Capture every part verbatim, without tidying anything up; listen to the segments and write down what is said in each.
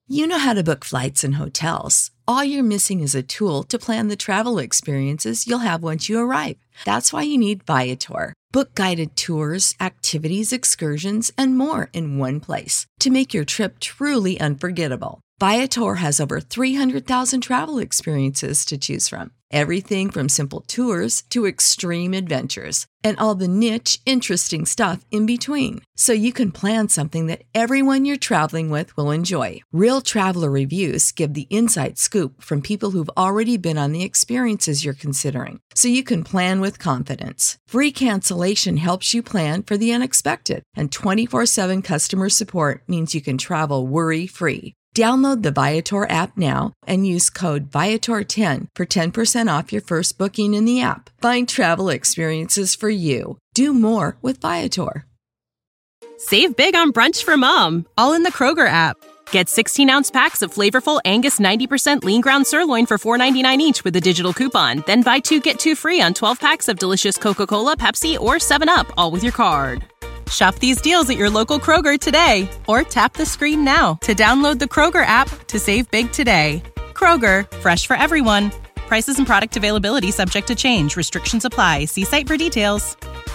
You know how to book flights and hotels. All you're missing is a tool to plan the travel experiences you'll have once you arrive. That's why you need Viator. Book guided tours, activities, excursions, and more in one place to make your trip truly unforgettable. Viator has over three hundred thousand travel experiences to choose from. Everything from simple tours to extreme adventures and all the niche, interesting stuff in between. So you can plan something that everyone you're traveling with will enjoy. Real traveler reviews give the inside scoop from people who've already been on the experiences you're considering. So you can plan with confidence. Free cancellation helps you plan for the unexpected. And twenty-four seven customer support means you can travel worry-free. Download the Viator app now and use code Viator ten for ten percent off your first booking in the app. Find travel experiences for you. Do more with Viator. Save big on brunch for mom, all in the Kroger app. Get sixteen-ounce packs of flavorful Angus ninety percent lean ground sirloin for four ninety-nine each with a digital coupon. Then buy two, get two free on twelve packs of delicious Coca-Cola, Pepsi, or seven up, all with your card. Shop these deals at your local Kroger today, or tap the screen now to download the Kroger app to save big today. Kroger, fresh for everyone. Prices and product availability subject to change. Restrictions apply. See site for details.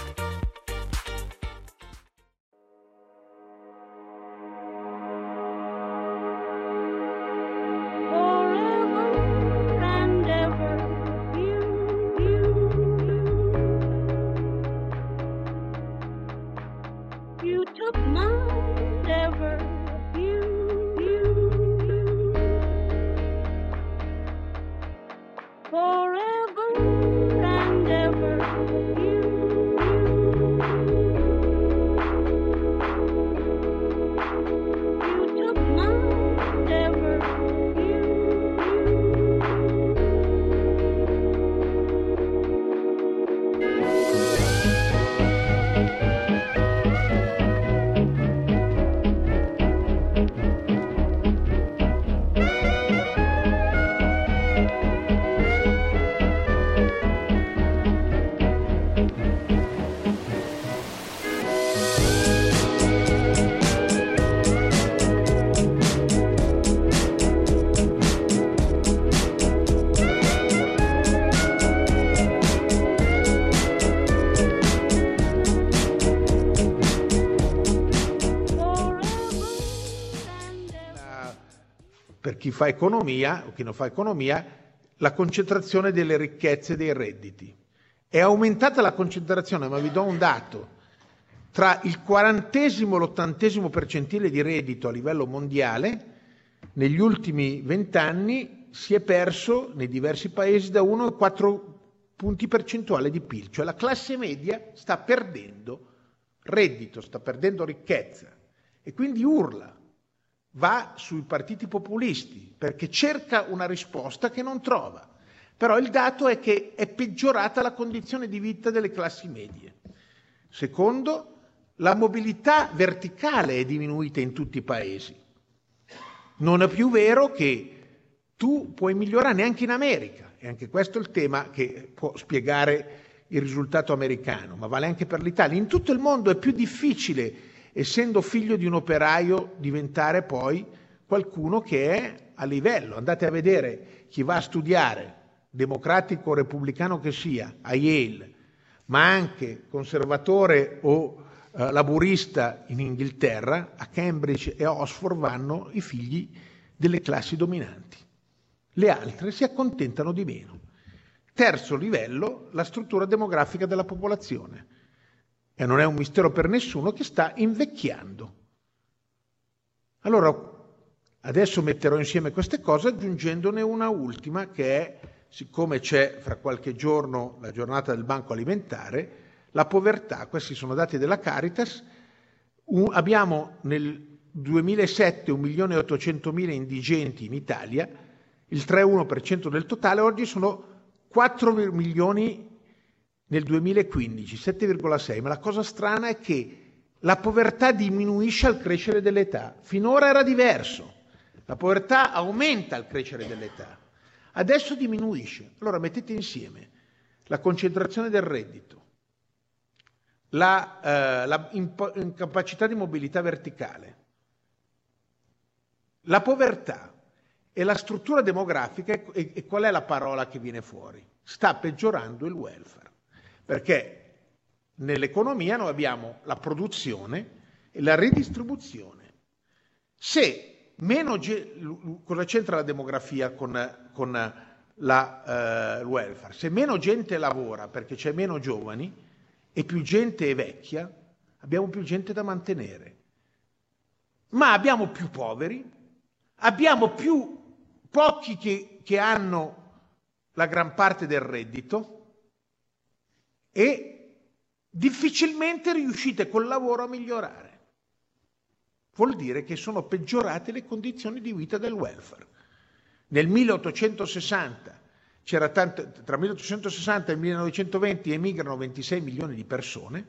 Per chi fa economia o chi non fa economia, la concentrazione delle ricchezze e dei redditi. È aumentata la concentrazione, ma vi do un dato: tra il quarantesimo e l'ottantesimo percentile di reddito a livello mondiale, negli ultimi vent'anni si è perso nei diversi paesi da uno a quattro punti percentuali di P I L, cioè la classe media sta perdendo reddito, sta perdendo ricchezza e quindi urla. Va sui partiti populisti perché cerca una risposta che non trova. Però il dato è che è peggiorata la condizione di vita delle classi medie. Secondo, la mobilità verticale è diminuita in tutti i paesi. Non è più vero che tu puoi migliorare neanche in America, e anche questo è il tema che può spiegare il risultato americano, ma vale anche per l'Italia. In tutto il mondo è più difficile, essendo figlio di un operaio, diventare poi qualcuno che è a livello. Andate a vedere chi va a studiare, democratico o repubblicano che sia, a Yale, ma anche conservatore o eh, laburista in Inghilterra, a Cambridge e a Oxford vanno i figli delle classi dominanti. Le altre si accontentano di meno. Terzo livello, la struttura demografica della popolazione. E non è un mistero per nessuno che sta invecchiando. Allora, adesso metterò insieme queste cose aggiungendone una ultima che è, siccome c'è fra qualche giorno la giornata del banco alimentare, la povertà. Questi sono dati della Caritas. Un, abbiamo nel duemilasette un milione e ottocentomila indigenti in Italia, il tre virgola uno per cento del totale, oggi sono quattro milioni nel duemilaquindici, sette virgola sei, ma la cosa strana è che la povertà diminuisce al crescere dell'età. Finora era diverso, la povertà aumenta al crescere dell'età, adesso diminuisce. Allora mettete insieme la concentrazione del reddito, la, eh, la imp- incapacità di mobilità verticale, la povertà e la struttura demografica, e, e qual è la parola che viene fuori? Sta peggiorando il welfare, perché nell'economia noi abbiamo la produzione e la ridistribuzione. Se meno ge- cosa c'entra la demografia con, con la, uh, il welfare? Se meno gente lavora perché c'è meno giovani e più gente è vecchia, abbiamo più gente da mantenere. Ma abbiamo più poveri, abbiamo più pochi che, che hanno la gran parte del reddito e difficilmente riuscite col lavoro a migliorare. Vuol dire che sono peggiorate le condizioni di vita del welfare. Nel milleottocentosessanta, c'era tanto, tra milleottocentosessanta e il millenovecentoventi emigrano ventisei milioni di persone,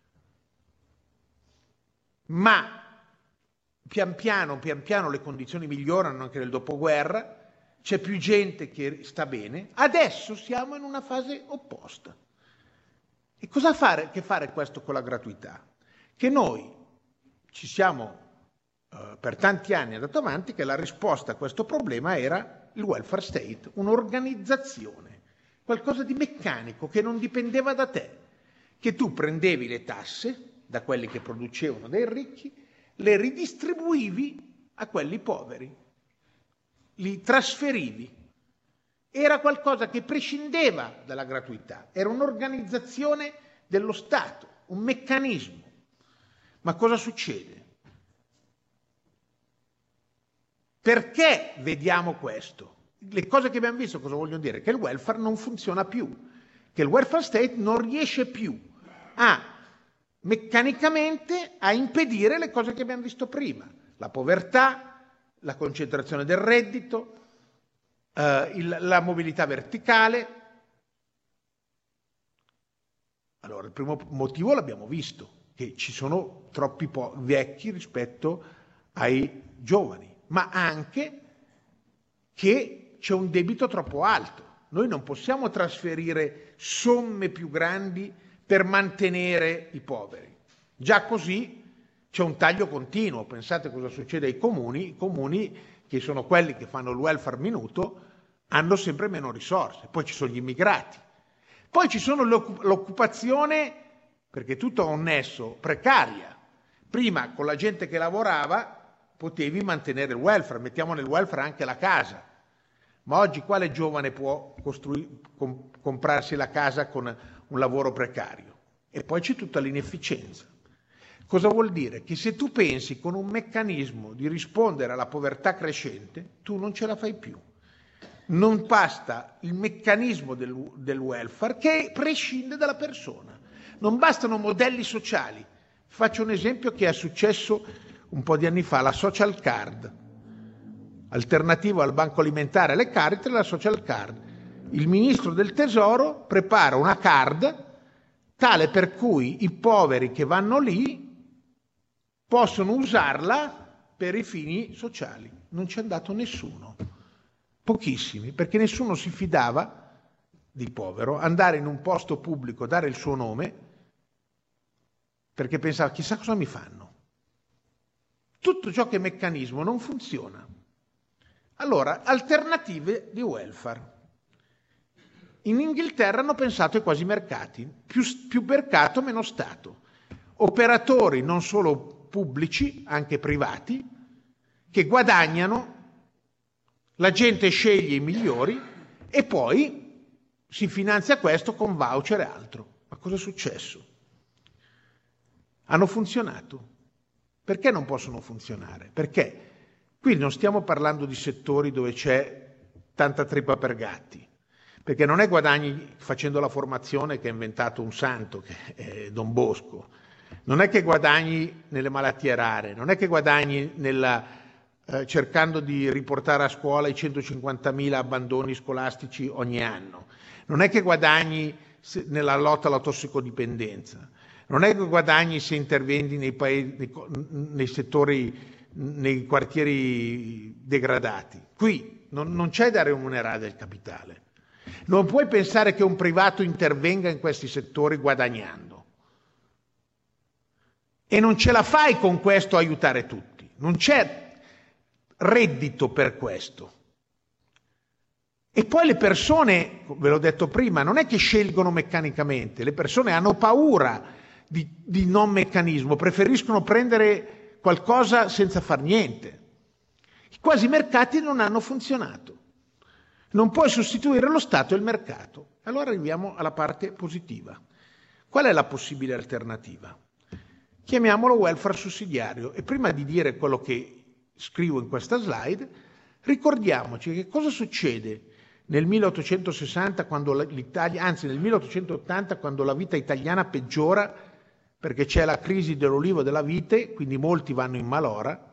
ma pian piano, pian piano le condizioni migliorano anche nel dopoguerra, c'è più gente che sta bene, adesso siamo in una fase opposta. E cosa fare, che fare questo con la gratuità? Che noi ci siamo uh, per tanti anni andato avanti, che la risposta a questo problema era il welfare state, un'organizzazione, qualcosa di meccanico che non dipendeva da te, che tu prendevi le tasse da quelli che producevano dei ricchi, le ridistribuivi a quelli poveri, li trasferivi. Era qualcosa che prescindeva dalla gratuità, era un'organizzazione dello Stato, un meccanismo. Ma cosa succede? Perché vediamo questo? Le cose che abbiamo visto cosa vogliono dire? Che il welfare non funziona più, che il welfare state non riesce più a meccanicamente a impedire le cose che abbiamo visto prima, la povertà, la concentrazione del reddito, eh, il, la mobilità verticale. Allora, il primo motivo l'abbiamo visto, che ci sono troppi po- vecchi rispetto ai giovani, ma anche che c'è un debito troppo alto. Noi non possiamo trasferire somme più grandi per mantenere i poveri. Già così c'è un taglio continuo. Pensate cosa succede ai comuni. I comuni, che sono quelli che fanno il welfare minuto, hanno sempre meno risorse. Poi ci sono gli immigrati. Poi ci sono l'occupazione, perché tutto ha un nesso, precaria. Prima con la gente che lavorava potevi mantenere il welfare, mettiamo nel welfare anche la casa. Ma oggi quale giovane può costrui- com- comprarsi la casa con un lavoro precario? E poi c'è tutta l'inefficienza. Cosa vuol dire? Che se tu pensi con un meccanismo di rispondere alla povertà crescente, tu non ce la fai più. Non basta il meccanismo del, del welfare che prescinde dalla persona. Non bastano modelli sociali. Faccio un esempio che è successo un po' di anni fa, la social card. Alternativo al banco alimentare e alle carte, la social card. Il ministro del Tesoro prepara una card tale per cui i poveri che vanno lì possono usarla per i fini sociali. Non c'è andato nessuno, pochissimi, perché nessuno si fidava di povero andare in un posto pubblico, dare il suo nome, perché pensava chissà cosa mi fanno. Tutto ciò che è meccanismo non funziona. Allora, alternative di welfare. In Inghilterra hanno pensato ai quasi mercati, più, più mercato meno Stato. Operatori non solo pubblici, anche privati, che guadagnano, la gente sceglie i migliori e poi si finanzia questo con voucher e altro. Ma cosa è successo? Hanno funzionato. Perché non possono funzionare? Perché qui non stiamo parlando di settori dove c'è tanta trippa per gatti. Perché non è guadagni facendo la formazione che ha inventato un santo, che è Don Bosco, non è che guadagni nelle malattie rare, non è che guadagni nella, eh, cercando di riportare a scuola i centocinquantamila abbandoni scolastici ogni anno, non è che guadagni nella lotta alla tossicodipendenza, non è che guadagni se intervendi nei, paesi, nei, nei settori, nei quartieri degradati. Qui non, non c'è da remunerare del capitale. Non puoi pensare che un privato intervenga in questi settori guadagnando. E non ce la fai con questo a aiutare tutti. Non c'è. reddito per questo. E poi le persone, ve l'ho detto prima, non è che scelgono meccanicamente, le persone hanno paura di, di non meccanismo, preferiscono prendere qualcosa senza far niente. I quasi mercati non hanno funzionato. Non puoi sostituire lo Stato e il mercato. Allora arriviamo alla parte positiva. Qual è la possibile alternativa? Chiamiamolo welfare sussidiario. E prima di dire quello che scrivo in questa slide, ricordiamoci che cosa succede nel milleottocentosessanta, quando l'Italia, anzi nel milleottocentottanta, quando la vita italiana peggiora perché c'è la crisi dell'olivo e della vite, quindi molti vanno in malora.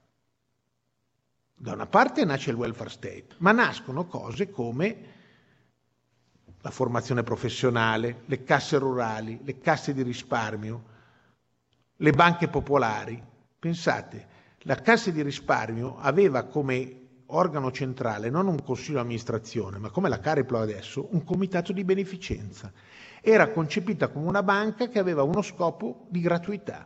Da una parte nasce il welfare state, ma nascono cose come la formazione professionale, le casse rurali, le casse di risparmio, le banche popolari. Pensate, la cassa di risparmio aveva come organo centrale non un consiglio di amministrazione, ma come la Cariplo adesso, un comitato di beneficenza. Era concepita come una banca che aveva uno scopo di gratuità.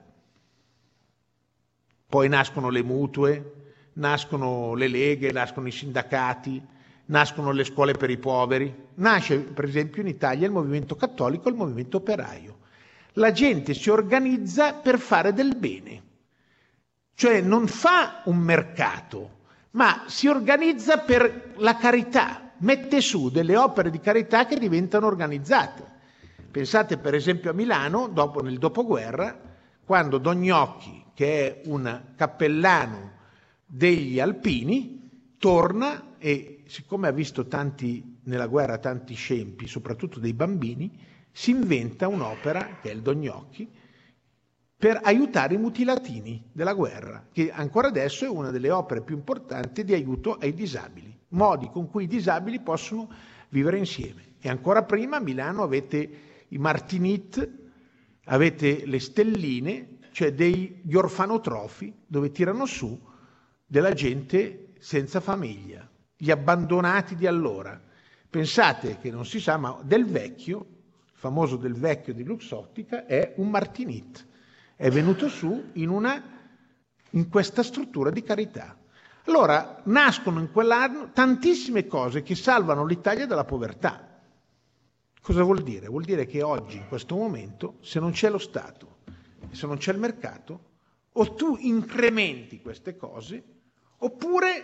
Poi nascono le mutue, nascono le leghe, nascono i sindacati, nascono le scuole per i poveri. Nasce, per esempio, in Italia il movimento cattolico e il movimento operaio. La gente si organizza per fare del bene, cioè non fa un mercato, ma si organizza per la carità, mette su delle opere di carità che diventano organizzate. Pensate per esempio a Milano, dopo, nel dopoguerra, quando Don Gnocchi, che è un cappellano degli alpini, torna e, siccome ha visto tanti nella guerra tanti scempi, soprattutto dei bambini, si inventa un'opera, che è il Don Gnocchi, per aiutare i mutilatini della guerra, che ancora adesso è una delle opere più importanti di aiuto ai disabili, modi con cui i disabili possono vivere insieme. E ancora prima a Milano avete i Martinit, avete le stelline, cioè degli orfanotrofi dove tirano su della gente senza famiglia, gli abbandonati di allora. Pensate che non si sa, ma Del Vecchio, il famoso Del Vecchio di Luxottica, è un Martinit. È venuto su in, una, in questa struttura di carità. Allora nascono in quell'anno tantissime cose che salvano l'Italia dalla povertà. Cosa vuol dire? Vuol dire che oggi, in questo momento, se non c'è lo Stato e se non c'è il mercato, o tu incrementi queste cose, oppure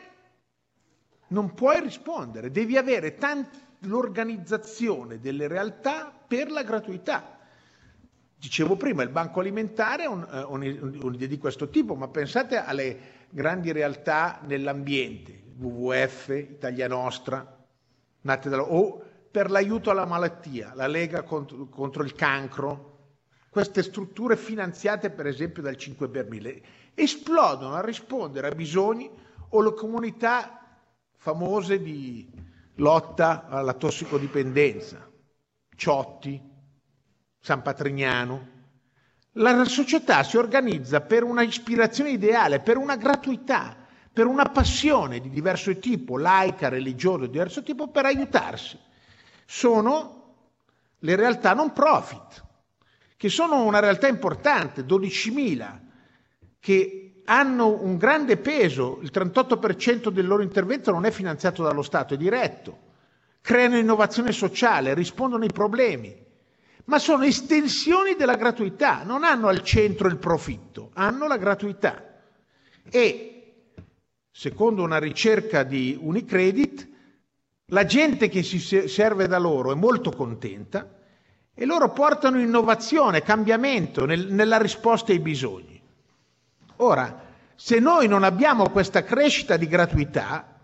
non puoi rispondere. Devi avere tant- l'organizzazione delle realtà per la gratuità. Dicevo prima, il banco alimentare è un'idea di questo tipo, ma pensate alle grandi realtà nell'ambiente, il W W F, Italia Nostra, nate da, o per l'aiuto alla malattia, la Lega contro, contro il cancro, queste strutture finanziate per esempio dal cinque per mille, esplodono a rispondere a bisogni, o le comunità famose di lotta alla tossicodipendenza, Ciotti, San Patrignano. La società si organizza per una ispirazione ideale, per una gratuità, per una passione di diverso tipo, laica, religiosa, di diverso tipo, per aiutarsi. Sono le realtà non profit, che sono una realtà importante, dodicimila, che hanno un grande peso, il trentotto per cento del loro intervento non è finanziato dallo Stato, è diretto, creano innovazione sociale, rispondono ai problemi, ma sono estensioni della gratuità, non hanno al centro il profitto, hanno la gratuità. E, secondo una ricerca di Unicredit, la gente che si serve da loro è molto contenta e loro portano innovazione, cambiamento nel, nella risposta ai bisogni. Ora, se noi non abbiamo questa crescita di gratuità,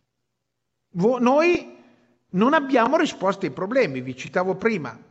vo- noi non abbiamo risposte ai problemi. Vi citavo prima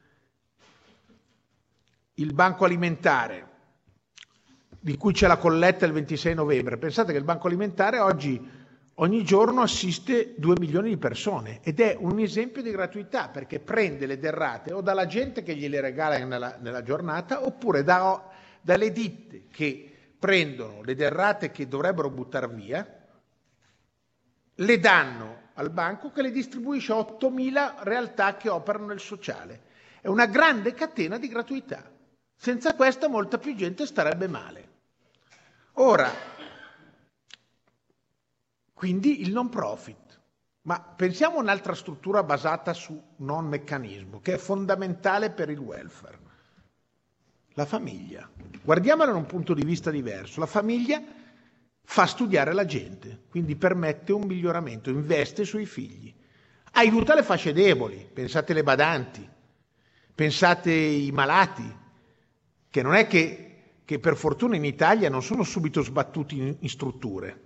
il banco alimentare, di cui c'è la colletta il ventisei novembre. Pensate che il banco alimentare oggi, ogni giorno, assiste due milioni di persone ed è un esempio di gratuità, perché prende le derrate o dalla gente che gliele regala nella, nella giornata, oppure da, dalle ditte che prendono le derrate che dovrebbero buttare via, le danno al banco che le distribuisce a ottomila realtà che operano nel sociale. È una grande catena di gratuità. Senza questa molta più gente starebbe male. Ora, Quindi il non profit. Ma pensiamo a un'altra struttura basata su non meccanismo, che è fondamentale per il welfare. La famiglia. Guardiamola da un punto di vista diverso. La famiglia fa studiare la gente, quindi permette un miglioramento, investe sui figli. Aiuta le fasce deboli, pensate le badanti, pensate i malati, che non è che, che per fortuna in Italia non sono subito sbattuti in, in strutture.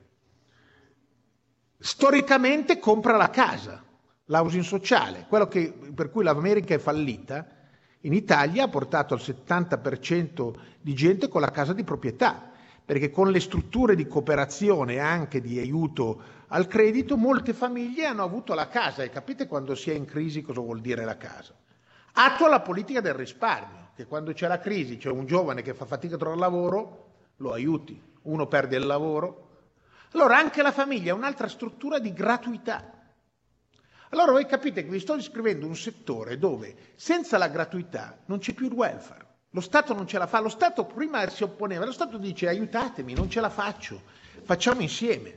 Storicamente compra la casa, l'housing sociale, quello che, per cui l'America è fallita, in Italia ha portato al settanta per cento di gente con la casa di proprietà, perché con le strutture di cooperazione e anche di aiuto al credito, molte famiglie hanno avuto la casa, e capite quando si è in crisi cosa vuol dire la casa. Attua la politica del risparmio, che quando c'è la crisi, c'è un giovane che fa fatica a trovare lavoro, lo aiuti, uno perde il lavoro. Allora anche la famiglia è un'altra struttura di gratuità. Allora voi capite che vi sto descrivendo un settore dove senza la gratuità non c'è più il welfare. Lo Stato non ce la fa, lo Stato prima si opponeva, lo Stato dice aiutatemi, non ce la faccio, facciamo insieme.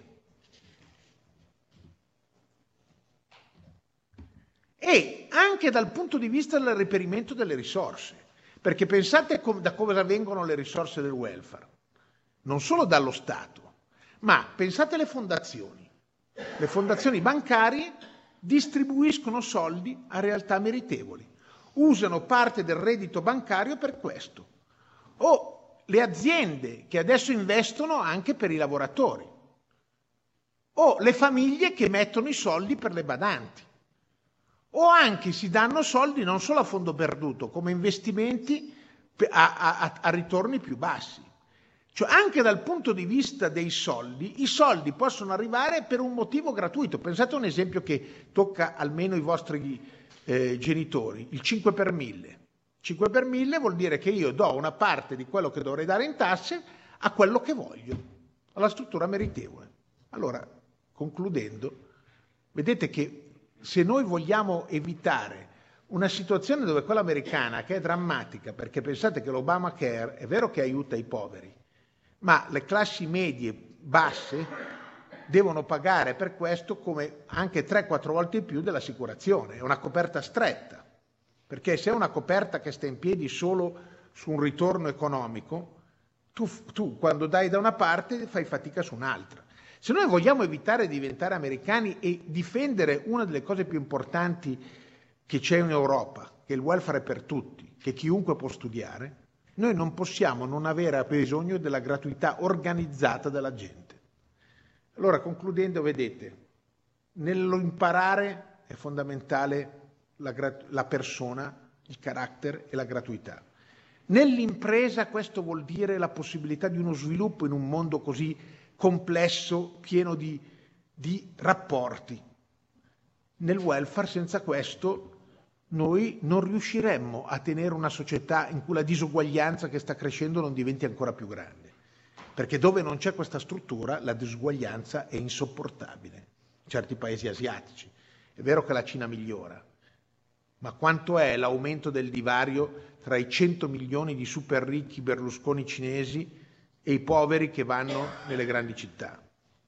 E anche dal punto di vista del reperimento delle risorse, perché pensate com- da cosa vengono le risorse del welfare, non solo dallo Stato, ma pensate alle fondazioni. Le fondazioni bancarie distribuiscono soldi a realtà meritevoli, usano parte del reddito bancario per questo. O le aziende che adesso investono anche per i lavoratori, o le famiglie che mettono i soldi per le badanti, o anche si danno soldi non solo a fondo perduto, come investimenti a, a, a ritorni più bassi. Cioè anche dal punto di vista dei soldi, i soldi possono arrivare per un motivo gratuito. Pensate a un esempio che tocca almeno i vostri eh, genitori, il cinque per mille. cinque per mille vuol dire che io do una parte di quello che dovrei dare in tasse a quello che voglio, alla struttura meritevole. Allora, concludendo, vedete che se noi vogliamo evitare una situazione dove quella americana, che è drammatica, perché pensate che l'Obamacare è vero che aiuta i poveri, ma le classi medie basse devono pagare per questo come anche tre quattro volte in più dell'assicurazione. È una coperta stretta, perché se è una coperta che sta in piedi solo su un ritorno economico, tu, tu quando dai da una parte fai fatica su un'altra. Se noi vogliamo evitare di diventare americani e difendere una delle cose più importanti che c'è in Europa, che il welfare è per tutti, che chiunque può studiare, noi non possiamo non avere bisogno della gratuità organizzata della gente. Allora, concludendo, vedete, nello imparare è fondamentale la, la persona, il carattere e la gratuità. Nell'impresa questo vuol dire la possibilità di uno sviluppo in un mondo così complesso, pieno di, di rapporti. Nel welfare, senza questo, noi non riusciremmo a tenere una società in cui la disuguaglianza che sta crescendo non diventi ancora più grande, perché dove non c'è questa struttura la disuguaglianza è insopportabile. In certi paesi asiatici è vero che la Cina migliora, ma quanto è l'aumento del divario tra i cento milioni di super ricchi Berlusconi cinesi e i poveri che vanno nelle grandi città?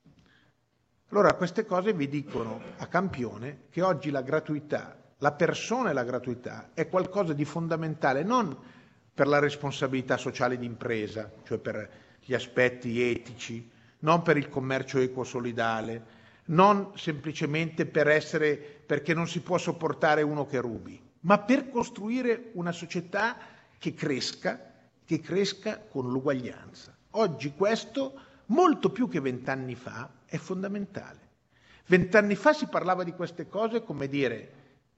Allora queste cose vi dicono a campione che oggi la gratuità, la persona e la gratuità è qualcosa di fondamentale non per la responsabilità sociale d'impresa, cioè per gli aspetti etici, non per il commercio equo solidale, non semplicemente per essere perché non si può sopportare uno che rubi, ma per costruire una società che cresca, che cresca con l'uguaglianza. Oggi questo, molto più che vent'anni fa, è fondamentale. Vent'anni fa si parlava di queste cose come dire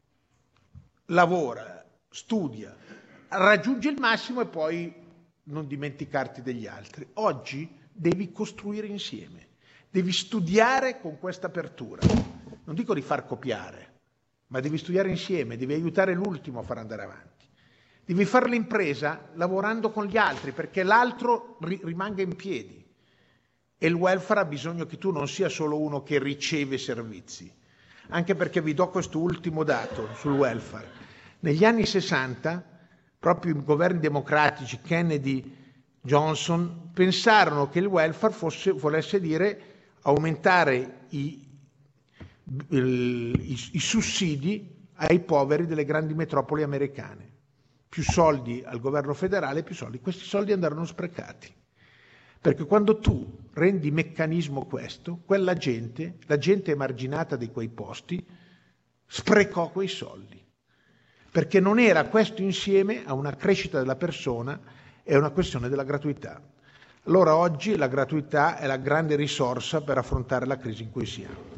lavora, studia, raggiungi il massimo e poi non dimenticarti degli altri. Oggi devi costruire insieme, devi studiare con questa apertura. Non dico di far copiare, ma devi studiare insieme, devi aiutare l'ultimo a far andare avanti. Devi fare l'impresa lavorando con gli altri perché l'altro ri- rimanga in piedi. E il welfare ha bisogno che tu non sia solo uno che riceve servizi. Anche perché vi do questo ultimo dato sul welfare. Negli anni sessanta, proprio i governi democratici, Kennedy, Johnson, pensarono che il welfare fosse, volesse dire aumentare i, il, i, i sussidi ai poveri delle grandi metropoli americane. Più soldi al governo federale, più soldi. Questi soldi andarono sprecati. Perché quando tu rendi meccanismo questo, quella gente, la gente emarginata di quei posti, sprecò quei soldi. Perché non era questo insieme a una crescita della persona e una questione della gratuità. Allora oggi la gratuità è la grande risorsa per affrontare la crisi in cui siamo.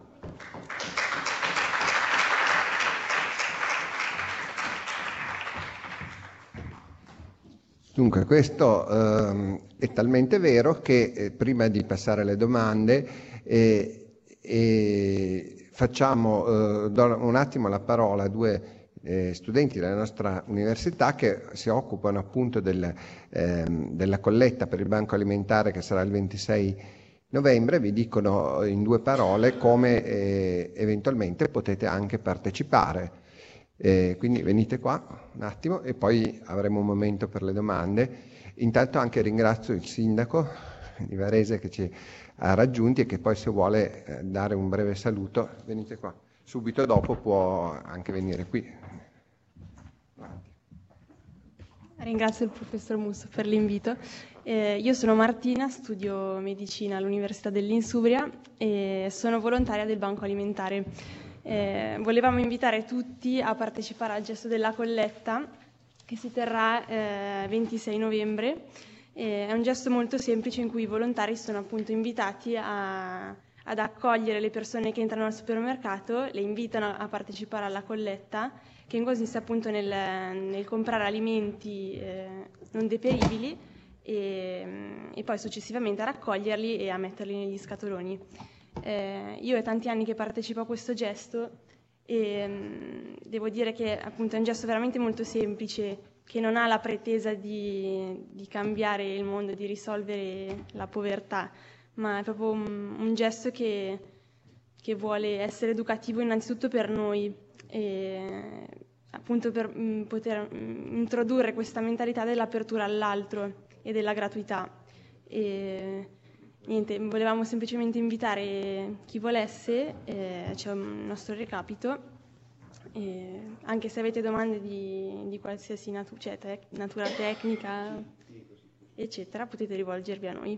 Dunque, questo ehm, è talmente vero che eh, prima di passare alle domande eh, eh, facciamo, eh, do un attimo la parola a due eh, studenti della nostra università che si occupano appunto del, ehm, della colletta per il banco alimentare che sarà il ventisei novembre. Vi dicono in due parole come eh, eventualmente potete anche partecipare. Eh, quindi venite qua un attimo e poi avremo un momento per le domande. Intanto anche ringrazio il sindaco di Varese che ci ha raggiunti e che poi se vuole eh, dare un breve saluto, venite qua. Subito dopo può anche venire qui. Ringrazio il professor Musso per l'invito. Eh, io sono Martina, studio medicina all'Università dell'Insubria e sono volontaria del Banco Alimentare. Eh, volevamo invitare tutti a partecipare al gesto della colletta che si terrà eh, ventisei novembre. Eh, è un gesto molto semplice in cui i volontari sono appunto invitati a, ad accogliere le persone che entrano al supermercato, le invitano a partecipare alla colletta, che consiste appunto nel, nel comprare alimenti eh, non deperibili e, e poi successivamente a raccoglierli e a metterli negli scatoloni. Eh, io è tanti anni che partecipo a questo gesto e mh, devo dire che appunto è un gesto veramente molto semplice, che non ha la pretesa di, di cambiare il mondo, di risolvere la povertà, ma è proprio un, un gesto che, che vuole essere educativo innanzitutto per noi, e, appunto per mh, poter mh, introdurre questa mentalità dell'apertura all'altro e della gratuità. E, Niente, volevamo semplicemente invitare chi volesse, eh, c'è un nostro recapito, eh, anche se avete domande di, di qualsiasi natu- cioè tec- natura tecnica, eccetera, potete rivolgervi a noi.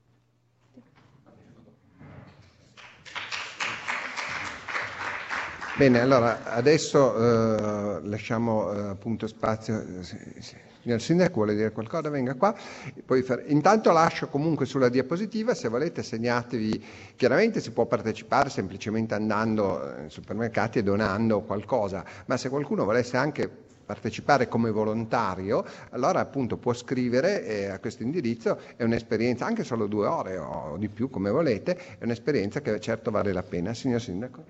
Bene, allora adesso eh, lasciamo eh, appunto spazio. Eh, Signor Sindaco, vuole dire qualcosa? Venga qua. Poi far... Intanto lascio comunque sulla diapositiva, se volete segnatevi, chiaramente si può partecipare semplicemente andando in supermercati e donando qualcosa, ma se qualcuno volesse anche partecipare come volontario, allora appunto può scrivere eh, a questo indirizzo. È un'esperienza, anche solo due ore o di più come volete, è un'esperienza che certo vale la pena. Signor Sindaco.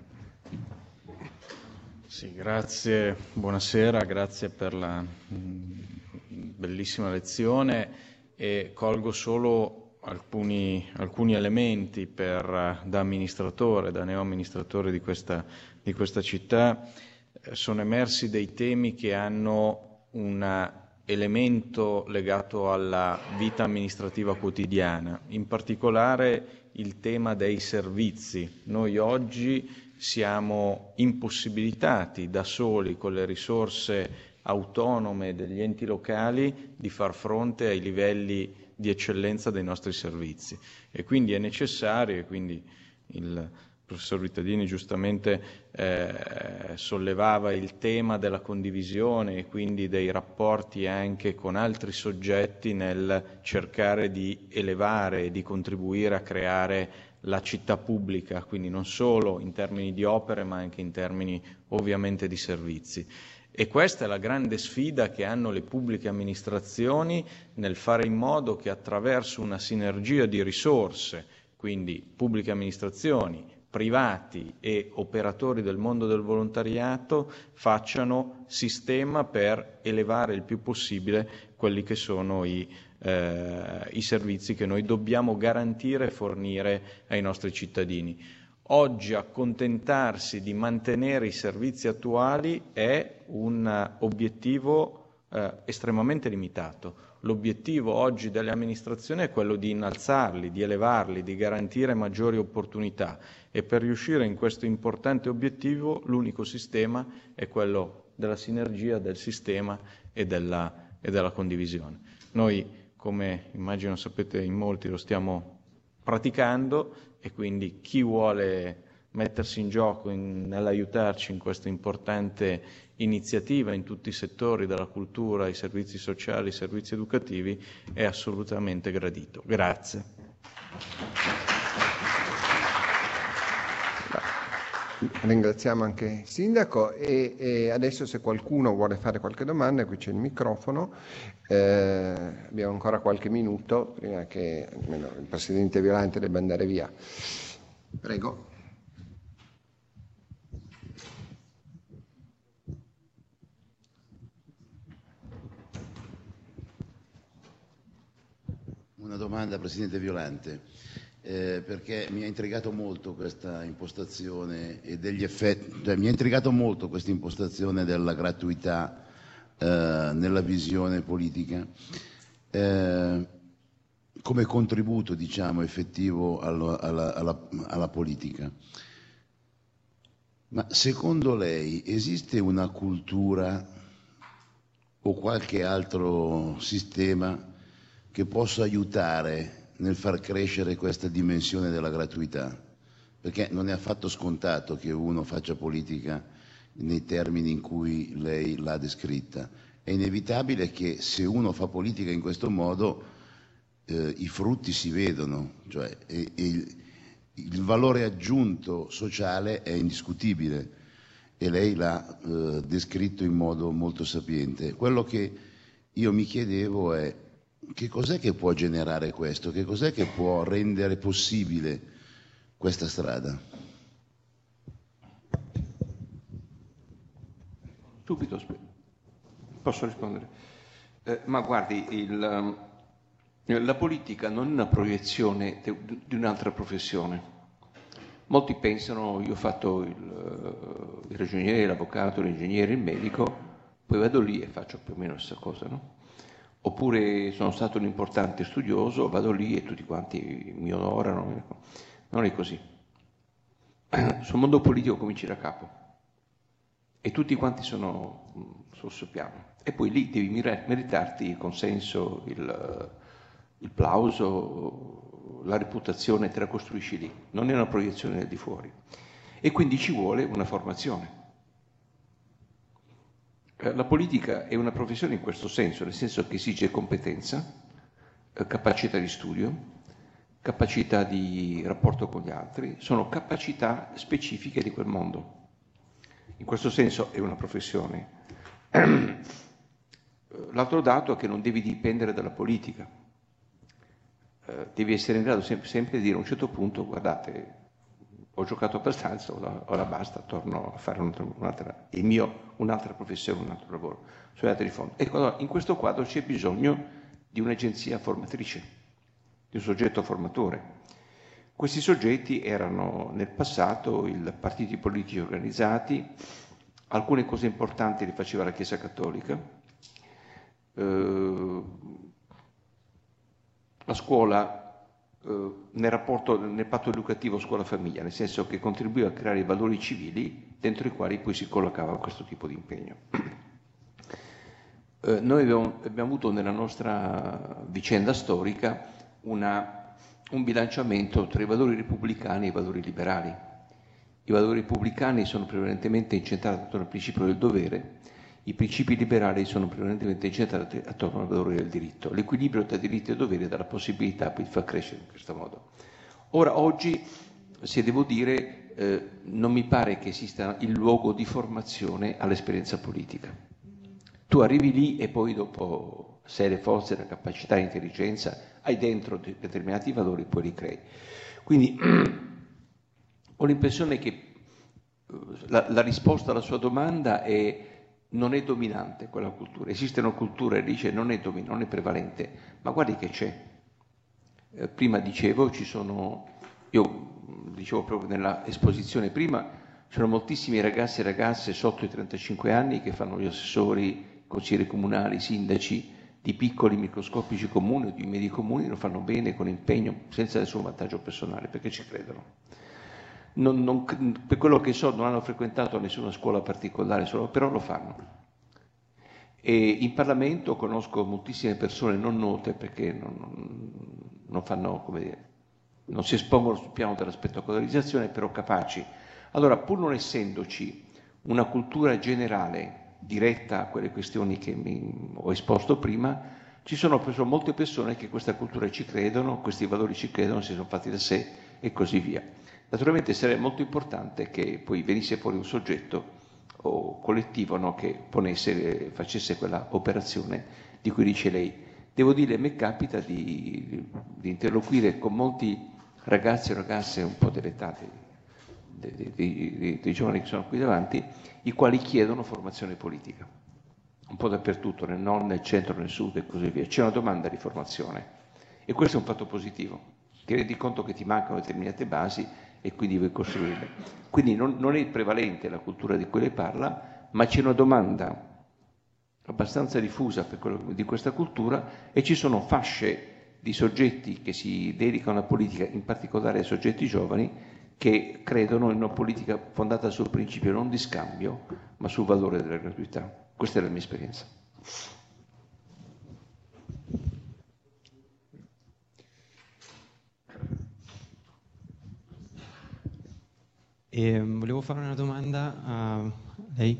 Sì, grazie, buonasera, grazie per la bellissima lezione e colgo solo alcuni, alcuni elementi per, da amministratore, da neoamministratore di questa, di questa città. Eh, sono emersi dei temi che hanno un elemento legato alla vita amministrativa quotidiana, in particolare il tema dei servizi. Noi oggi siamo impossibilitati da soli con le risorse autonome degli enti locali di far fronte ai livelli di eccellenza dei nostri servizi e quindi è necessario, e quindi il professor Vittadini giustamente eh, sollevava il tema della condivisione e quindi dei rapporti anche con altri soggetti nel cercare di elevare e di contribuire a creare la città pubblica, quindi non solo in termini di opere ma anche in termini ovviamente di servizi. E questa è la grande sfida che hanno le pubbliche amministrazioni nel fare in modo che attraverso una sinergia di risorse, quindi pubbliche amministrazioni, privati e operatori del mondo del volontariato, facciano sistema per elevare il più possibile quelli che sono i, eh, i servizi che noi dobbiamo garantire e fornire ai nostri cittadini. Oggi accontentarsi di mantenere i servizi attuali è un obiettivo eh, estremamente limitato. l'obiettivo oggi delle amministrazioni è quello di innalzarli, di elevarli, di garantire maggiori opportunità, e per riuscire in questo importante obiettivo l'unico sistema è quello della sinergia del sistema e della, e della condivisione. Noi, come immagino sapete in molti, lo stiamo praticando, e quindi chi vuole mettersi in gioco in, nell'aiutarci in questa importante iniziativa in tutti i settori, dalla cultura ai servizi sociali, ai servizi educativi, è assolutamente gradito. Grazie. Ringraziamo anche il Sindaco e, e adesso se qualcuno vuole fare qualche domanda, qui c'è il microfono, eh, abbiamo ancora qualche minuto prima che almeno il Presidente Violante debba andare via. Prego. Una domanda, Presidente Violante, eh, perché mi ha intrigato molto questa impostazione e degli effetti, cioè, mi ha intrigato molto questa impostazione della gratuità eh, nella visione politica, eh, come contributo, diciamo, effettivo alla, alla, alla, alla politica. Ma secondo lei esiste una cultura o qualche altro sistema che possa aiutare nel far crescere questa dimensione della gratuità? Perché non è affatto scontato che uno faccia politica nei termini in cui lei l'ha descritta. È inevitabile che se uno fa politica in questo modo eh, i frutti si vedono, cioè e, e il, il valore aggiunto sociale è indiscutibile e lei l'ha eh, descritto in modo molto sapiente. Quello che io mi chiedevo è: che cos'è che può generare questo? Che cos'è che può rendere possibile questa strada? Subito, posso rispondere? Eh, ma guardi, il, la politica non è una proiezione di un'altra professione. Molti pensano, io ho fatto il, il ragioniere, l'avvocato, l'ingegnere, il medico, poi vado lì e faccio più o meno la stessa cosa, no? Oppure sono stato un importante studioso, vado lì e tutti quanti mi onorano. Non è così. Sul mondo politico cominci da capo e tutti quanti sono sul suo piano. E poi lì devi meritarti il consenso, il, il plauso, la reputazione, te la costruisci lì. Non è una proiezione del di fuori. E quindi ci vuole una formazione. La politica è una professione in questo senso, nel senso che esige competenza, capacità di studio, capacità di rapporto con gli altri, sono capacità specifiche di quel mondo. In questo senso è una professione. L'altro dato è che non devi dipendere dalla politica, devi essere in grado sempre, sempre di dire a un certo punto: guardate, ho giocato abbastanza, ora, ora basta, torno a fare un'altra, il mio, un'altra professione, un altro lavoro, sono andati di fondo. Ecco, allora, in questo quadro c'è bisogno di un'agenzia formatrice, di un soggetto formatore. Questi soggetti erano nel passato i partiti politici organizzati, alcune cose importanti le faceva la Chiesa Cattolica, eh, la scuola nel rapporto, nel patto educativo scuola-famiglia, nel senso che contribuiva a creare i valori civili dentro i quali poi si collocava questo tipo di impegno. Eh, noi abbiamo, abbiamo avuto nella nostra vicenda storica una, un bilanciamento tra i valori repubblicani e i valori liberali. I valori repubblicani sono prevalentemente incentrati attorno al principio del dovere, i principi liberali sono prevalentemente incentrati attorno al valore del diritto. L'equilibrio tra diritti e doveri dà la possibilità di far crescere in questo modo. Ora, oggi, se devo dire, eh, non mi pare che esista il luogo di formazione all'esperienza politica. Tu arrivi lì e poi dopo, se hai le forze, la capacità, l'intelligenza, hai dentro determinati valori e poi li crei. Quindi ho l'impressione che la, la risposta alla sua domanda è: non è dominante quella cultura. Esistono culture, dice, non è dominante, non è prevalente, ma guardi che c'è. Eh, prima dicevo, ci sono, io dicevo proprio nella esposizione prima, ci sono moltissimi ragazzi e ragazze sotto i trentacinque anni che fanno gli assessori, consiglieri comunali, sindaci di piccoli microscopici comuni o di medi comuni lo fanno bene, con impegno, senza nessun vantaggio personale, perché ci credono. Non, non, per quello che so non hanno frequentato nessuna scuola particolare, solo, però lo fanno. E in Parlamento conosco moltissime persone non note, perché non, non, non fanno, come dire, non si espongono sul piano della spettacolarizzazione, però capaci. Allora, pur non essendoci una cultura generale diretta a quelle questioni che mi ho esposto prima, ci sono molte persone che questa cultura ci credono, questi valori ci credono, si sono fatti da sé e così via. Naturalmente sarebbe molto importante che poi venisse fuori un soggetto o collettivo, no, che ponesse, facesse quella operazione di cui dice lei. Devo dire, a me capita di, di interloquire con molti ragazzi e ragazze un po' dell'età dei, dei, dei, dei giovani che sono qui davanti, i quali chiedono formazione politica, un po' dappertutto, nel nord, nel centro, nel sud e così via. C'è una domanda di formazione e questo è un fatto positivo, ti rendi conto che ti mancano determinate basi e quindi vuoi costruirle. Quindi non, non è prevalente la cultura di cui lei parla, ma c'è una domanda abbastanza diffusa per quello, di questa cultura, e ci sono fasce di soggetti che si dedicano alla politica, in particolare ai soggetti giovani, che credono in una politica fondata sul principio non di scambio, ma sul valore della gratuità. Questa è la mia esperienza. E volevo fare una domanda a lei.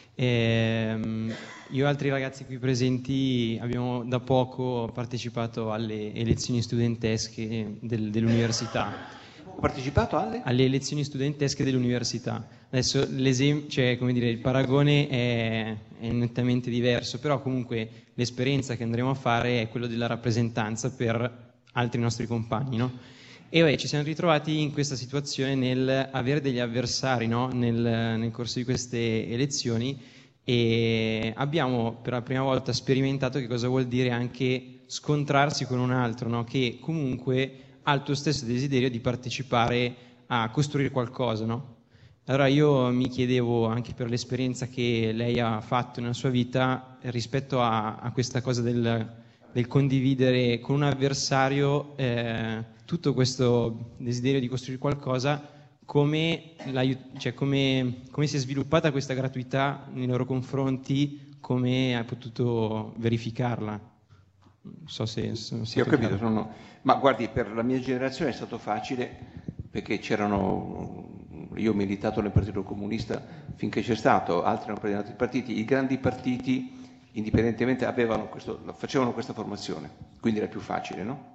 E, io e altri ragazzi qui presenti abbiamo da poco partecipato alle elezioni studentesche del, dell'università. Ho partecipato alle? Alle elezioni studentesche dell'università. Adesso l'esempio, cioè, come dire, il paragone è, è nettamente diverso, però comunque l'esperienza che andremo a fare è quella della rappresentanza per altri nostri compagni, no? E beh, ci siamo ritrovati in questa situazione nel avere degli avversari, no? nel, nel corso di queste elezioni, e abbiamo per la prima volta sperimentato che cosa vuol dire anche scontrarsi con un altro, no? Che comunque ha il tuo stesso desiderio di partecipare a costruire qualcosa, no? Allora io mi chiedevo, anche per l'esperienza che lei ha fatto nella sua vita, rispetto a, a questa cosa del, del condividere con un avversario eh, tutto questo desiderio di costruire qualcosa, come, cioè come, come si è sviluppata questa gratuità nei loro confronti, come hai potuto verificarla? Non so se... se sì, ho capito. Sono... Ma guardi, per la mia generazione è stato facile, perché c'erano... Io ho militato nel Partito Comunista finché c'è stato, altri hanno preso altri partiti. I grandi partiti, indipendentemente, avevano questo, facevano questa formazione, quindi era più facile, no?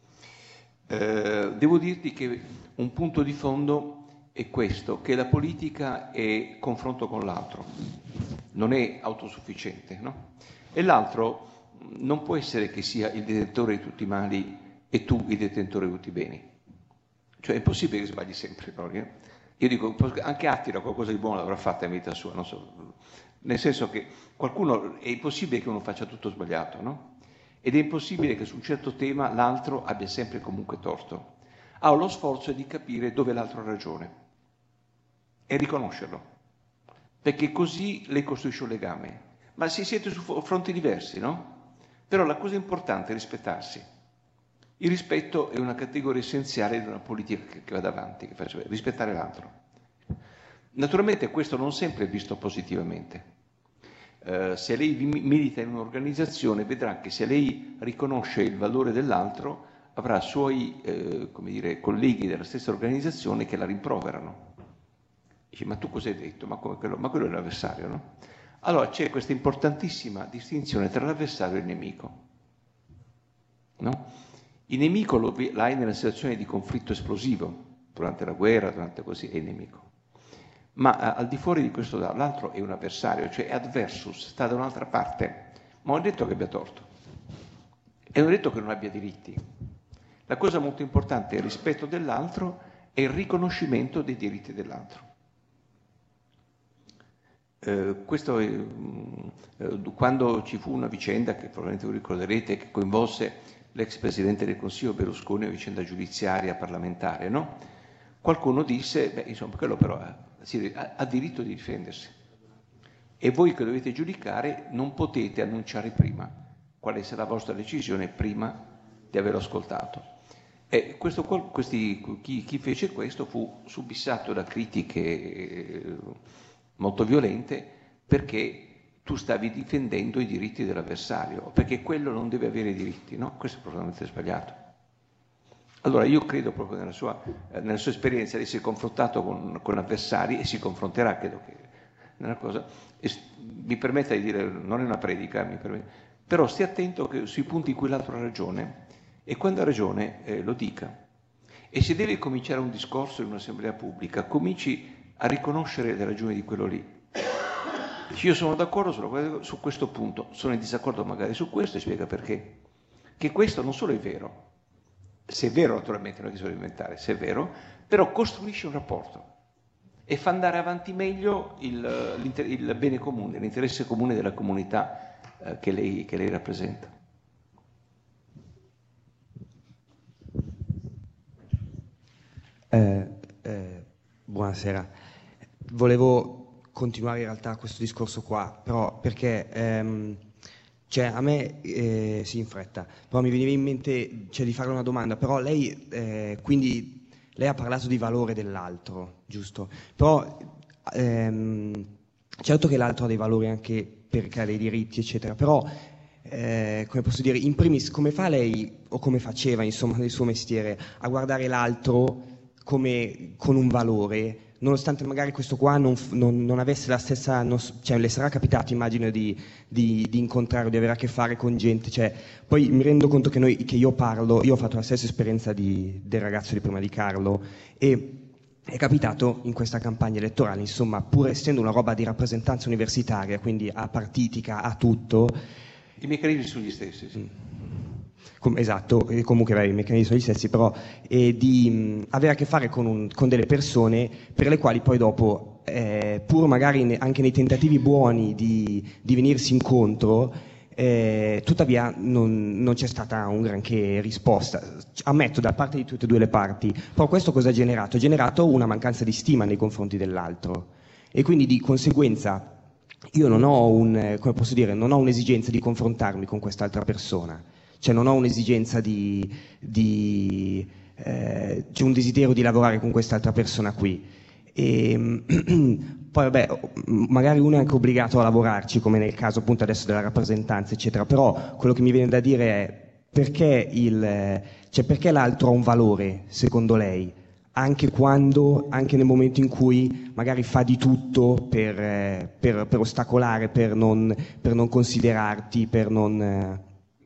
Eh, devo dirti che un punto di fondo è questo, che la politica è confronto con l'altro, non è autosufficiente, no? E l'altro non può essere che sia il detentore di tutti i mali e tu il detentore di tutti i beni. Cioè è possibile che sbagli sempre, no? Io dico, anche Attila qualcosa di buono l'avrà fatta in vita sua, non so. Nel senso che qualcuno, è impossibile che uno faccia tutto sbagliato, no? Ed è impossibile che su un certo tema l'altro abbia sempre comunque torto. Ha lo sforzo di capire dove l'altro ha ragione e riconoscerlo, perché così lei costruisce un legame. Ma si siete su fronti diversi, no? Però la cosa importante è rispettarsi. Il rispetto è una categoria essenziale di una politica che va avanti, che faccia rispettare l'altro. Naturalmente questo non sempre è visto positivamente. Uh, se lei milita in un'organizzazione vedrà che se lei riconosce il valore dell'altro avrà suoi eh, come dire, colleghi della stessa organizzazione che la rimproverano. Dice, ma tu cosa hai detto? Ma, come quello? Ma quello è l'avversario, no? Allora c'è questa importantissima distinzione tra l'avversario e il nemico, no? Il nemico lo hai nella situazione di conflitto esplosivo, durante la guerra, durante così, è il nemico. Ma a, al di fuori di questo l'altro è un avversario, cioè è adversus, sta da un'altra parte, ma non è detto che abbia torto e non è detto che non abbia diritti. La cosa molto importante è il rispetto dell'altro e il riconoscimento dei diritti dell'altro. Eh, questo è, eh, quando ci fu una vicenda che probabilmente voi ricorderete, che coinvolse l'ex presidente del Consiglio Berlusconi, una vicenda giudiziaria parlamentare, no? Qualcuno disse, beh, insomma, quello però ha, ha diritto di difendersi. E voi che dovete giudicare non potete annunciare prima quale sarà la vostra decisione prima di averlo ascoltato. E questo, questi, chi, chi fece questo fu subissato da critiche molto violente perché tu stavi difendendo i diritti dell'avversario, perché quello non deve avere diritti, no? Questo è profondamente sbagliato. Allora io credo proprio nella sua, eh, nella sua esperienza di essere confrontato con, con avversari, e si confronterà, credo che nella cosa, e, mi permetta di dire, non è una predica, mi permette, però stia attento che, sui punti in cui l'altro ha ragione, e quando ha ragione eh, lo dica. E se deve cominciare un discorso in un'assemblea pubblica, cominci a riconoscere le ragioni di quello lì. Io sono d'accordo su, su questo punto, sono in disaccordo magari su questo, e spiega perché. Che questo non solo è vero, se è vero naturalmente, non è che si deve inventare, se è vero, però costruisce un rapporto e fa andare avanti meglio il, il bene comune, l'interesse comune della comunità eh, che, lei, che lei rappresenta. Eh, eh, buonasera, volevo continuare in realtà questo discorso qua, però perché ehm, cioè a me eh, sì in fretta, però mi veniva in mente cioè, di fare una domanda, però lei eh, quindi lei ha parlato di valore dell'altro, giusto? Però ehm, certo che l'altro ha dei valori anche perché ha dei diritti eccetera, però eh, come posso dire, in primis come fa lei o come faceva insomma nel suo mestiere a guardare l'altro come con un valore, nonostante magari questo qua non, non, non avesse la stessa, non, cioè le sarà capitato immagino di, di, di incontrare o di avere a che fare con gente, cioè, poi mi rendo conto che, noi, che io parlo, io ho fatto la stessa esperienza di, del ragazzo di prima di Carlo e è capitato in questa campagna elettorale, insomma, pur essendo una roba di rappresentanza universitaria, quindi apartitica, a tutto. I meccanismi sono gli stessi, sì. Com- esatto, e comunque beh, i meccanismi sono gli stessi, però eh, di mh, avere a che fare con, un, con delle persone per le quali poi dopo, eh, pur magari ne, anche nei tentativi buoni di, di venirsi incontro, eh, tuttavia non, non c'è stata un granché risposta, ammetto da parte di tutte e due le parti, però questo cosa ha generato? Ha generato una mancanza di stima nei confronti dell'altro e quindi di conseguenza io non ho un, come posso dire, non ho un'esigenza di confrontarmi con quest'altra persona. Cioè non ho un'esigenza di, di eh, c'è un desiderio di lavorare con quest'altra persona qui. E, poi vabbè, magari uno è anche obbligato a lavorarci, come nel caso appunto adesso della rappresentanza, eccetera. Però quello che mi viene da dire è perché, il, cioè perché l'altro ha un valore, secondo lei, anche quando, anche nel momento in cui magari fa di tutto per, eh, per, per ostacolare, per non, per non considerarti, per non... Eh,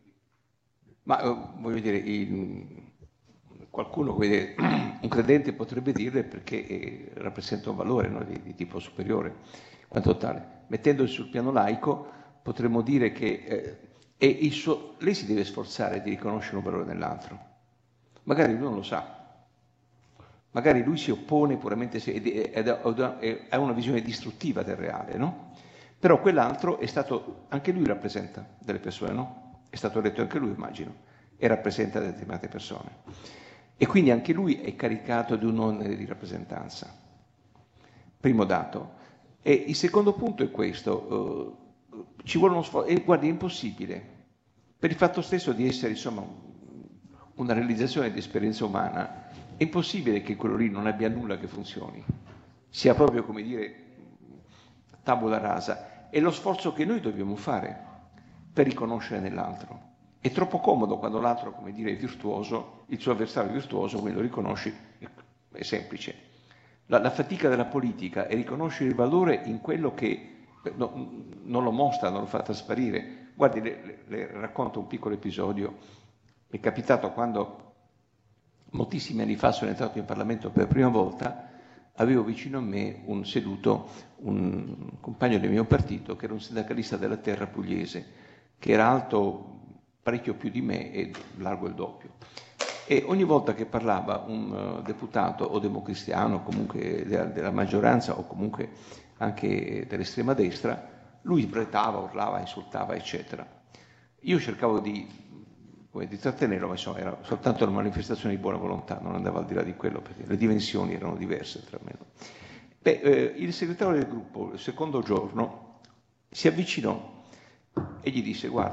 Ma eh, voglio dire, il, qualcuno, dire, un credente potrebbe dirle perché eh, rappresenta un valore, no, di, di tipo superiore, quanto tale. Mettendosi sul piano laico potremmo dire che eh, è il suo, lei si deve sforzare di riconoscere un valore nell'altro. Magari lui non lo sa, magari lui si oppone puramente ed ha una visione distruttiva del reale, no? Però quell'altro è stato, anche lui rappresenta delle persone, no? È stato eletto anche lui, immagino, e rappresenta determinate persone. E quindi anche lui è caricato di un onere di rappresentanza. Primo dato. E il secondo punto è questo. Uh, ci vuole uno sforzo. E guardi, è impossibile. Per il fatto stesso di essere, insomma, una realizzazione di esperienza umana, è impossibile che quello lì non abbia nulla che funzioni. Sia proprio, come dire, tabula rasa. È lo sforzo che noi dobbiamo fare per riconoscere nell'altro. È troppo comodo quando l'altro, come dire, è virtuoso, il suo avversario è virtuoso, quindi lo riconosci, è semplice. La, la fatica della politica è riconoscere il valore in quello che no, non lo mostra, non lo fa trasparire. Guardi, le, le, le racconto un piccolo episodio. Mi è capitato quando, moltissimi anni fa, sono entrato in Parlamento per la prima volta, avevo vicino a me un seduto, un compagno del mio partito, che era un sindacalista della terra pugliese, che era alto parecchio più di me e largo il doppio. E ogni volta che parlava un uh, deputato o democristiano, comunque della, della maggioranza o comunque anche dell'estrema destra, lui sbretava, urlava, insultava, eccetera. Io cercavo di, come, di trattenerlo, ma insomma era soltanto una manifestazione di buona volontà, non andava al di là di quello, perché le dimensioni erano diverse tra me. Beh, eh, il segretario del gruppo, il secondo giorno, si avvicinò e gli disse: guarda,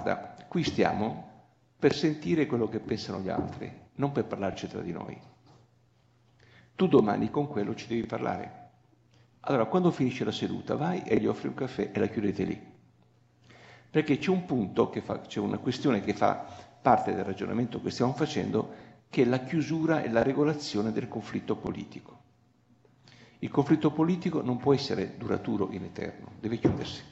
Qui stiamo per sentire quello che pensano gli altri, non per parlarci tra di noi. Tu domani con quello ci devi parlare. Allora, quando finisce la seduta, vai e gli offri un caffè e la chiudete lì. Perché c'è un punto, che fa, c'è una questione che fa parte del ragionamento che stiamo facendo, che è la chiusura e la regolazione del conflitto politico. Il conflitto politico non può essere duraturo in eterno, deve chiudersi.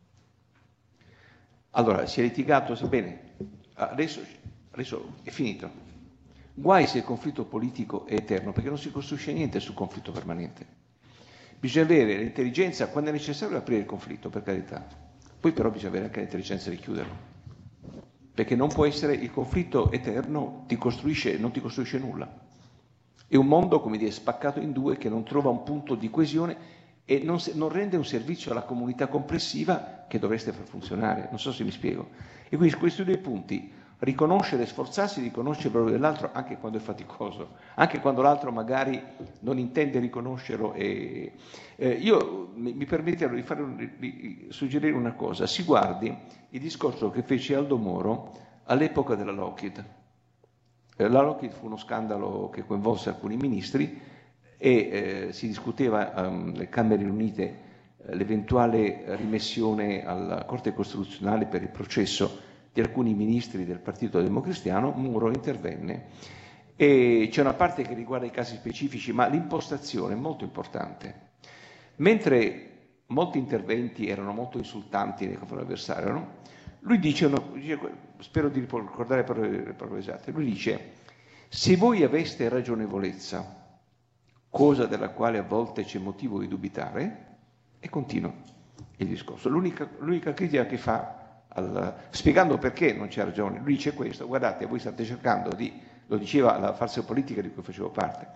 Allora, si è litigato, bene, adesso, adesso è finito. Guai se il conflitto politico è eterno, perché non si costruisce niente sul conflitto permanente. Bisogna avere l'intelligenza, quando è necessario, aprire il conflitto, per carità. Poi però bisogna avere anche l'intelligenza di chiuderlo. Perché non può essere il conflitto eterno, ti costruisce, non ti costruisce nulla. È un mondo, come dire, spaccato in due, che non trova un punto di coesione e non, non rende un servizio alla comunità complessiva che dovreste far funzionare. Non so se mi spiego. E quindi questi due punti, riconoscere, sforzarsi di riconoscere il valore dell'altro anche quando è faticoso, anche quando l'altro magari non intende riconoscerlo. E, eh, io mi, mi permetterò di, fare un, di suggerire una cosa: si guardi il discorso che fece Aldo Moro all'epoca della Lockheed. Eh, la Lockheed fu uno scandalo che coinvolse alcuni ministri e eh, si discuteva alle um, Camere Unite eh, l'eventuale rimessione alla Corte Costituzionale per il processo di alcuni ministri del Partito Democristiano. Muro intervenne e c'è una parte che riguarda i casi specifici, ma l'impostazione è molto importante. Mentre molti interventi erano molto insultanti nei confronti dell'avversario, no? Lui dice, no, dice, spero di ricordare le parole esatte, lui dice: se voi aveste ragionevolezza, cosa della quale a volte c'è motivo di dubitare, e continua il discorso. L'unica, l'unica critica che fa, Al, spiegando perché non c'è ragione, lui dice questo: guardate, voi state cercando di, lo diceva la falsa politica di cui facevo parte,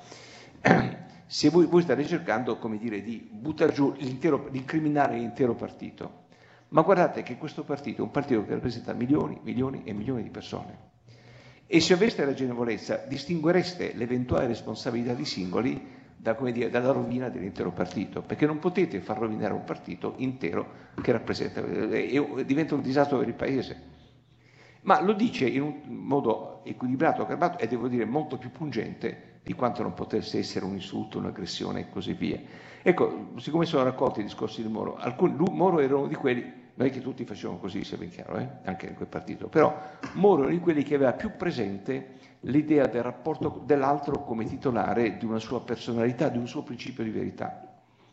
se voi, voi state cercando, come dire, di buttare giù l'intero, di incriminare l'intero partito, ma guardate che questo partito è un partito che rappresenta milioni, milioni e milioni di persone, e se aveste ragionevolezza distinguereste l'eventuale responsabilità di singoli da, come dire, dalla rovina dell'intero partito, perché non potete far rovinare un partito intero che rappresenta, e diventa un disastro per il paese. Ma lo dice in un modo equilibrato, garbato e devo dire molto più pungente di quanto non potesse essere un insulto, un'aggressione e così via. Ecco, siccome sono raccolti i discorsi di Moro, alcuni, lui, Moro era uno di quelli, non è che tutti facevano così, sia ben chiaro, eh? Anche in quel partito, però Moro era di quelli che aveva più presente l'idea del rapporto dell'altro come titolare di una sua personalità, di un suo principio di verità.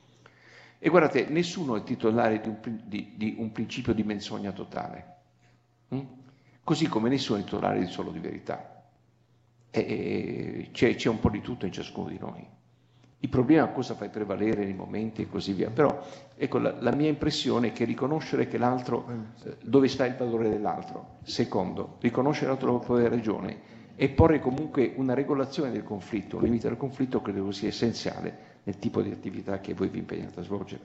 E guardate, nessuno è titolare di un, di, di un principio di menzogna totale, hm? Così come nessuno è titolare di solo di verità. E, e, c'è, c'è un po' di tutto in ciascuno di noi. Il problema è cosa fai prevalere nei momenti e così via. Però ecco, la, la mia impressione è che riconoscere che l'altro, eh, dove sta il valore dell'altro. Secondo, riconoscere l'altro dove può avere ragione e porre comunque una regolazione del conflitto, un limite del conflitto, credo sia essenziale nel tipo di attività che voi vi impegnate a svolgere.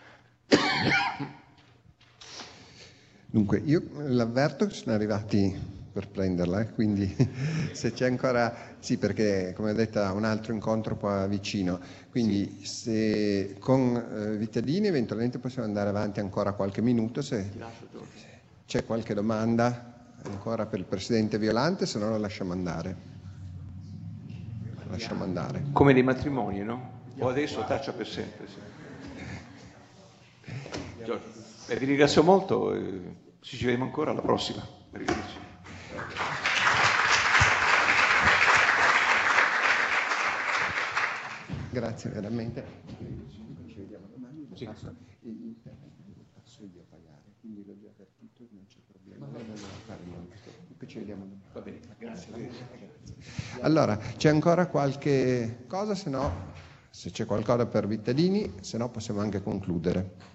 Dunque, io l'avverto che sono arrivati per prenderla, eh? Quindi se c'è ancora, sì, perché come ho detto un altro incontro qua vicino, quindi sì. Se con eh, Vittadini eventualmente possiamo andare avanti ancora qualche minuto, se c'è qualche domanda ancora per il Presidente Violante, se no lo lasciamo andare. Lo lasciamo andare. Come dei matrimoni, no? O adesso taccia per sempre. Sì. Giorgio, eh, vi ringrazio molto, eh, ci vediamo ancora alla prossima. Arrivederci. Grazie veramente. Ci vediamo domani. Sì. Passo il passo io a pagare, quindi l'ho già avvertito, non c'è problema. Lei non deve fare niente. Poi ci vediamo domani. Va bene, grazie. grazie. Allora, c'è ancora qualche cosa, se no, se c'è qualcosa per Vittadini, se no possiamo anche concludere.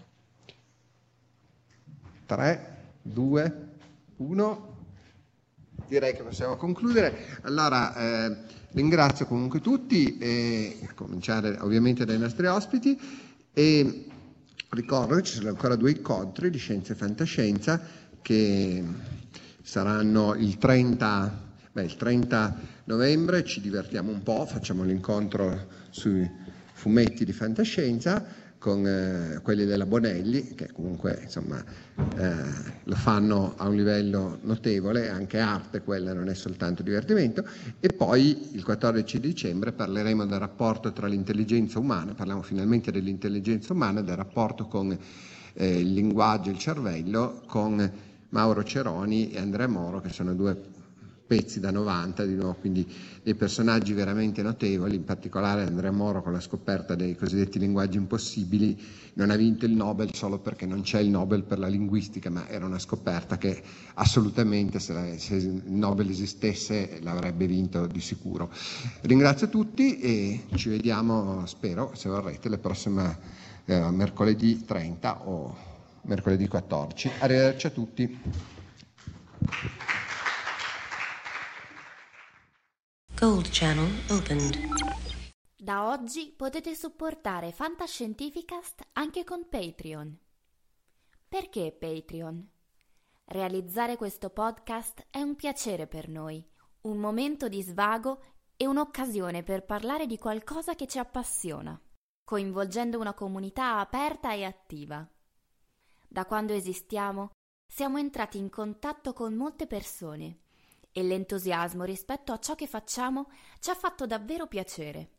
tre, due, uno. Direi che possiamo concludere. Allora, eh, ringrazio comunque tutti, eh, a cominciare ovviamente dai nostri ospiti, e ricordo che ci sono ancora due incontri di Scienza e Fantascienza che saranno il trenta, beh, il trenta novembre, ci divertiamo un po', facciamo l'incontro sui fumetti di fantascienza, con eh, quelli della Bonelli, che comunque insomma eh, lo fanno a un livello notevole, anche arte quella, non è soltanto divertimento. E poi il quattordici dicembre parleremo del rapporto tra l'intelligenza umana, parliamo finalmente dell'intelligenza umana, del rapporto con eh, il linguaggio e il cervello, con Mauro Ceroni e Andrea Moro, che sono due pezzi da novanta, di nuovo, quindi dei personaggi veramente notevoli, in particolare Andrea Moro con la scoperta dei cosiddetti linguaggi impossibili. Non ha vinto il Nobel solo perché non c'è il Nobel per la linguistica, ma era una scoperta che assolutamente, se, la, se il Nobel esistesse, l'avrebbe vinto di sicuro. Ringrazio tutti e ci vediamo, spero, se vorrete, la prossima eh, mercoledì trenta o mercoledì quattordici. Arrivederci a tutti. Gold Channel opened. Da oggi potete supportare Fantascientificast anche con Patreon. Perché Patreon? Realizzare questo podcast è un piacere per noi, un momento di svago e un'occasione per parlare di qualcosa che ci appassiona, coinvolgendo una comunità aperta e attiva. Da quando esistiamo, siamo entrati in contatto con molte persone e l'entusiasmo rispetto a ciò che facciamo ci ha fatto davvero piacere.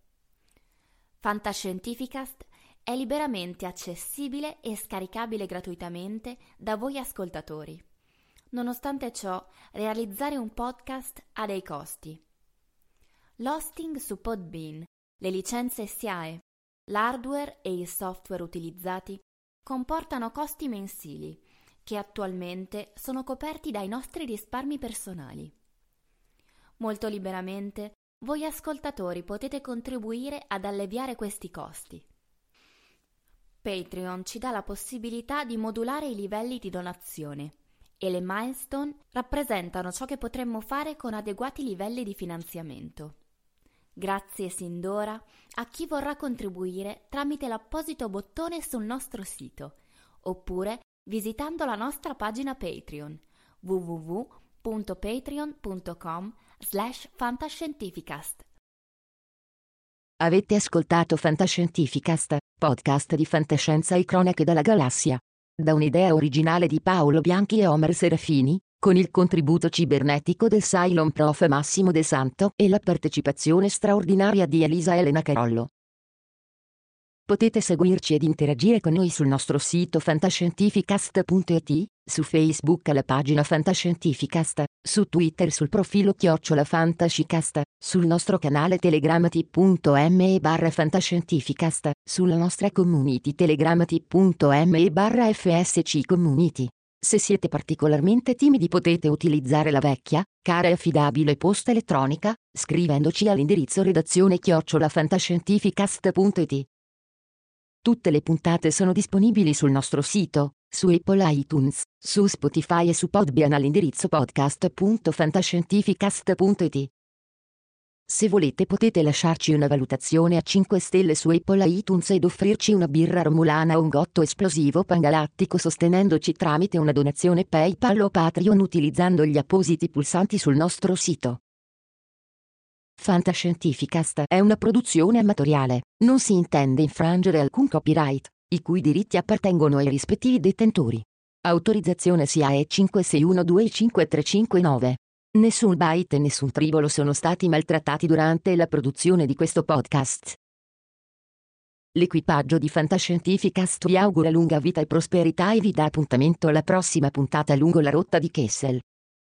Fantascientificast è liberamente accessibile e scaricabile gratuitamente da voi ascoltatori. Nonostante ciò, realizzare un podcast ha dei costi. L'hosting su Podbean, le licenze S I A E, l'hardware e il software utilizzati comportano costi mensili che attualmente sono coperti dai nostri risparmi personali. Molto liberamente, voi ascoltatori potete contribuire ad alleviare questi costi. Patreon ci dà la possibilità di modulare i livelli di donazione e le milestone rappresentano ciò che potremmo fare con adeguati livelli di finanziamento. Grazie sin d'ora a chi vorrà contribuire tramite l'apposito bottone sul nostro sito, oppure visitando la nostra pagina Patreon w w w punto patreon punto com slash fantascientificast. Avete ascoltato Fantascientificast, podcast di fantascienza e cronache dalla galassia. Da un'idea originale di Paolo Bianchi e Omer Serafini, con il contributo cibernetico del Cylon Prof Massimo De Santo e la partecipazione straordinaria di Elisa Elena Carollo. Potete seguirci ed interagire con noi sul nostro sito fantascientificast punto it, su Facebook alla pagina Fantascientificast, su Twitter sul profilo chiocciola Fantascicast, sul nostro canale Telegram t.me barra Fantascientificast, sulla nostra community Telegram t.me barra fsc community. Se siete particolarmente timidi potete utilizzare la vecchia, cara e affidabile posta elettronica, scrivendoci all'indirizzo redazione chiocciola fantascientificast punto it. Tutte le puntate sono disponibili sul nostro sito, su Apple iTunes, su Spotify e su Podbean all'indirizzo podcast punto fantascientificast punto it. Se volete potete lasciarci una valutazione a cinque stelle su Apple iTunes ed offrirci una birra romulana o un gotto esplosivo pangalattico sostenendoci tramite una donazione PayPal o Patreon utilizzando gli appositi pulsanti sul nostro sito. Fantascientificast è una produzione amatoriale, non si intende infrangere alcun copyright, i cui diritti appartengono ai rispettivi detentori. Autorizzazione S I A E cinque sei uno due cinque tre cinque nove. Nessun byte e nessun tribolo sono stati maltrattati durante la produzione di questo podcast. L'equipaggio di Fantascientificast vi augura lunga vita e prosperità e vi dà appuntamento alla prossima puntata lungo la rotta di Kessel.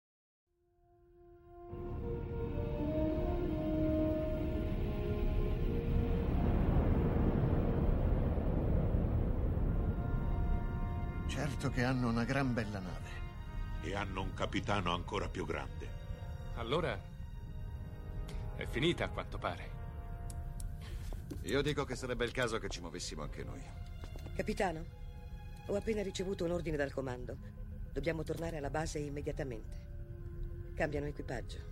Certo che hanno una gran bella nave. E hanno un capitano ancora più grande. Allora è finita a quanto pare. Io dico che sarebbe il caso che ci muovessimo anche noi. Capitano, ho appena ricevuto un ordine dal comando. Dobbiamo tornare alla base immediatamente. Cambiano equipaggio.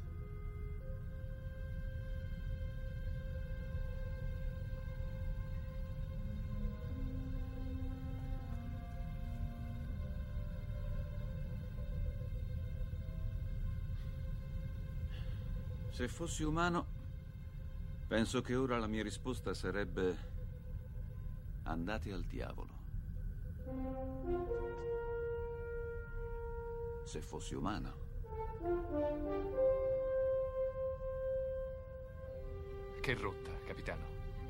Se fossi umano, penso che ora la mia risposta sarebbe Andate al diavolo. Se fossi umano. Che rotta, capitano.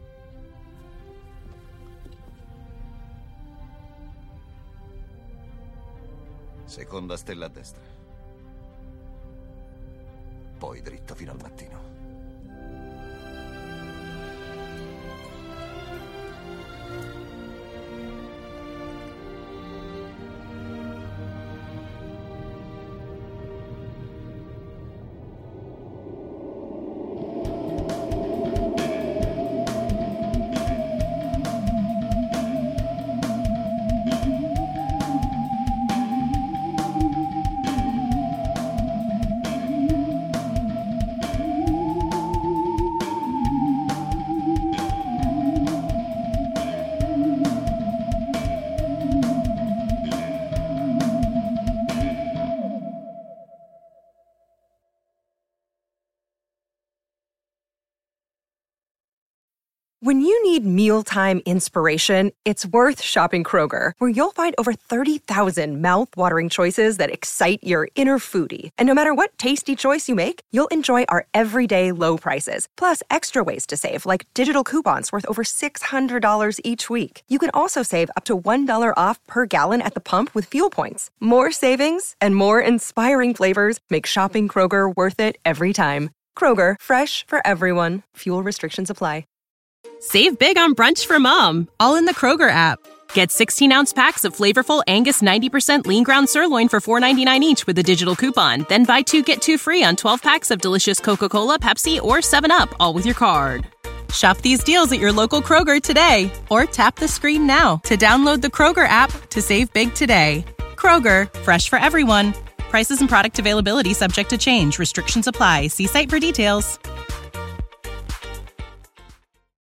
Seconda stella a destra. Poi dritto fino al mattino. When you need mealtime inspiration, it's worth shopping Kroger, where you'll find over thirty thousand mouth-watering choices that excite your inner foodie. And no matter what tasty choice you make, you'll enjoy our everyday low prices, plus extra ways to save, like digital coupons worth over six hundred dollars each week. You can also save up to one dollar off per gallon at the pump with fuel points. More savings and more inspiring flavors make shopping Kroger worth it every time. Kroger, fresh for everyone. Fuel restrictions apply. Save big on brunch for mom, all in the Kroger app. Get sixteen-ounce packs of flavorful Angus ninety percent lean ground sirloin for four ninety-nine each with a digital coupon. Then buy two, get two free on twelve packs of delicious Coca-Cola, Pepsi, or seven up, all with your card. Shop these deals at your local Kroger today, or tap the screen now to download the Kroger app to save big today. Kroger, fresh for everyone. Prices and product availability subject to change. Restrictions apply. See site for details.